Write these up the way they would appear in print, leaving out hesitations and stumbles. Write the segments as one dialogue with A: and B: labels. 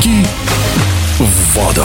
A: Прыжки в воду.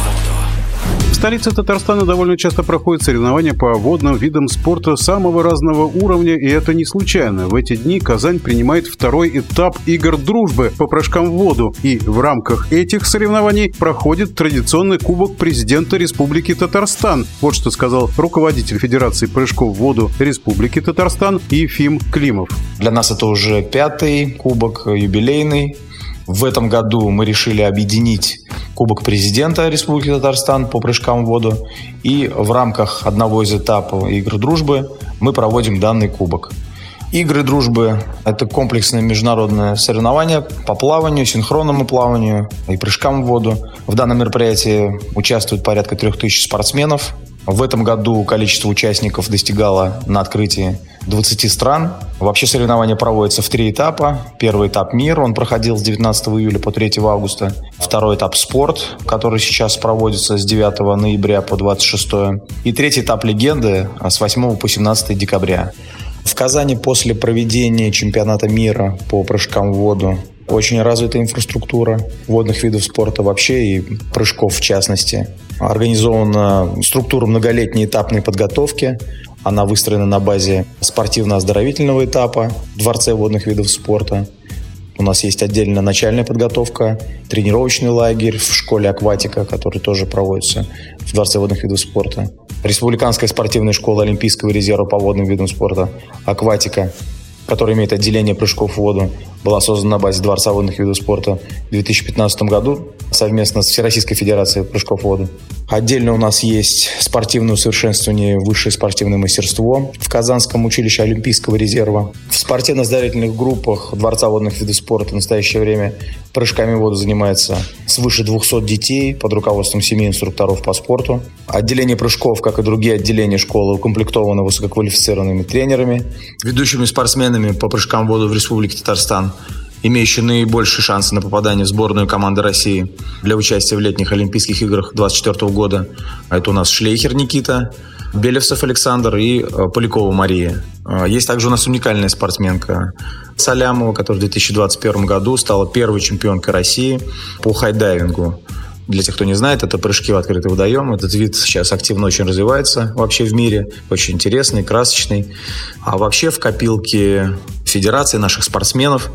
B: В столице Татарстана довольно часто проходят соревнования по водным видам спорта самого разного уровня, и это не случайно. В эти дни Казань принимает второй этап игр дружбы по прыжкам в воду, и в рамках этих соревнований проходит традиционный Кубок президента Республики Татарстан. Вот что сказал руководитель Федерации прыжков в воду Республики Татарстан Ефим Климов.
C: Для нас это уже 5-й кубок, юбилейный. В этом году мы решили объединить Кубок президента Республики Татарстан по прыжкам в воду, и в рамках одного из этапов игр дружбы мы проводим данный кубок. Игры дружбы – это комплексное международное соревнование по плаванию, синхронному плаванию и прыжкам в воду. В данном мероприятии участвует порядка 3000 спортсменов. В этом году количество участников достигало на открытии 20 стран. Вообще соревнования проводятся в 3 этапа. Первый этап «Мир», он проходил с 19 июля по 3 августа. Второй этап «Спорт», который сейчас проводится с 9 ноября по 26. И третий этап «Легенды» с 8 по 17 декабря. В Казани после проведения чемпионата мира по прыжкам в воду очень развитая инфраструктура водных видов спорта вообще и прыжков в частности. Организована структура многолетней этапной подготовки. Она выстроена на базе спортивно-оздоровительного этапа в Дворце водных видов спорта. У нас есть отдельная начальная подготовка, тренировочный лагерь в школе «Акватика», который тоже проводится в Дворце водных видов спорта. Республиканская спортивная школа Олимпийского резерва по водным видам спорта «Акватика», которая имеет отделение прыжков в воду, была создана на базе Дворца водных видов спорта в 2015 году совместно с Всероссийской Федерацией прыжков в воду. Отдельно у нас есть спортивное усовершенствование, высшее спортивное мастерство в Казанском училище Олимпийского резерва. В спортивно-оздоровительных группах Дворца водных видов спорта в настоящее время прыжками в воду занимается свыше 200 детей под руководством 7 инструкторов по спорту. Отделение прыжков, как и другие отделения школы, укомплектовано высококвалифицированными тренерами, ведущими спортсменами по прыжкам в воду в Республике Татарстан, имеющие наибольшие шансы на попадание в сборную команды России для участия в летних Олимпийских играх 2024 года. Это у нас Шлейхер Никита, Белевцев Александр и Полякова Мария. Есть также у нас уникальная спортсменка Салямова, которая в 2021 году стала первой чемпионкой России по хайдайвингу. Для тех, кто не знает, это прыжки в открытый водоем. Этот вид сейчас активно очень развивается вообще в мире. Очень интересный, красочный. А вообще в копилке Федерации наших спортсменов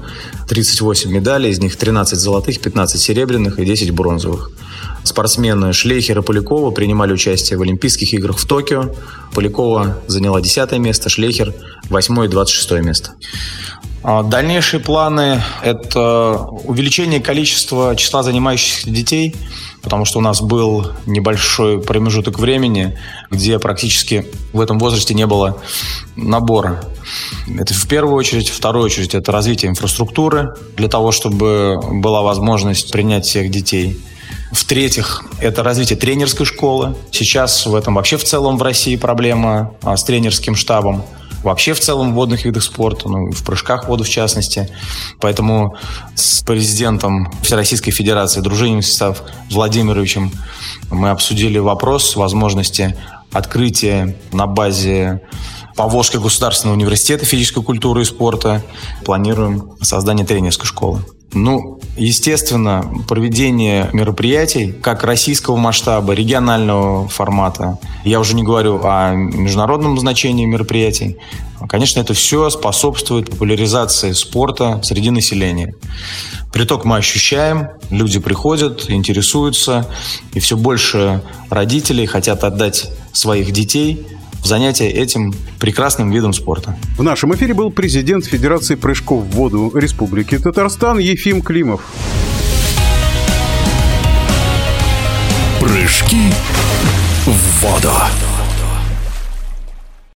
C: 38 медалей, из них 13 золотых, 15 серебряных и 10 бронзовых. Спортсмены Шлейхер и Полякова принимали участие в Олимпийских играх в Токио. Полякова заняла 10 место, Шлейхер 8 и 26 место. Дальнейшие планы – это увеличение количества числа занимающихся детей, потому что у нас был небольшой промежуток времени, где практически в этом возрасте не было набора. Это в первую очередь. В вторую очередь – это развитие инфраструктуры для того, чтобы была возможность принять всех детей. В-третьих, это развитие тренерской школы. Сейчас в этом вообще в целом в России проблема с тренерским штабом. Вообще в целом в водных видах спорта, в прыжках в воду в частности. Поэтому с президентом Всероссийской Федерации Дружининым Станиславом Владимировичем мы обсудили вопрос возможности открытия на базе Поволжского государственного университета физической культуры и спорта. Планируем создание тренерской школы. Естественно, проведение мероприятий как российского масштаба, регионального формата, я уже не говорю о международном значении мероприятий, конечно, это все способствует популяризации спорта среди населения. Приток мы ощущаем, люди приходят, интересуются, и все больше родителей хотят отдать своих детей в занятия этим прекрасным видом спорта.
B: В нашем эфире был президент Федерации прыжков в воду Республики Татарстан Ефим Климов.
A: Прыжки в воду.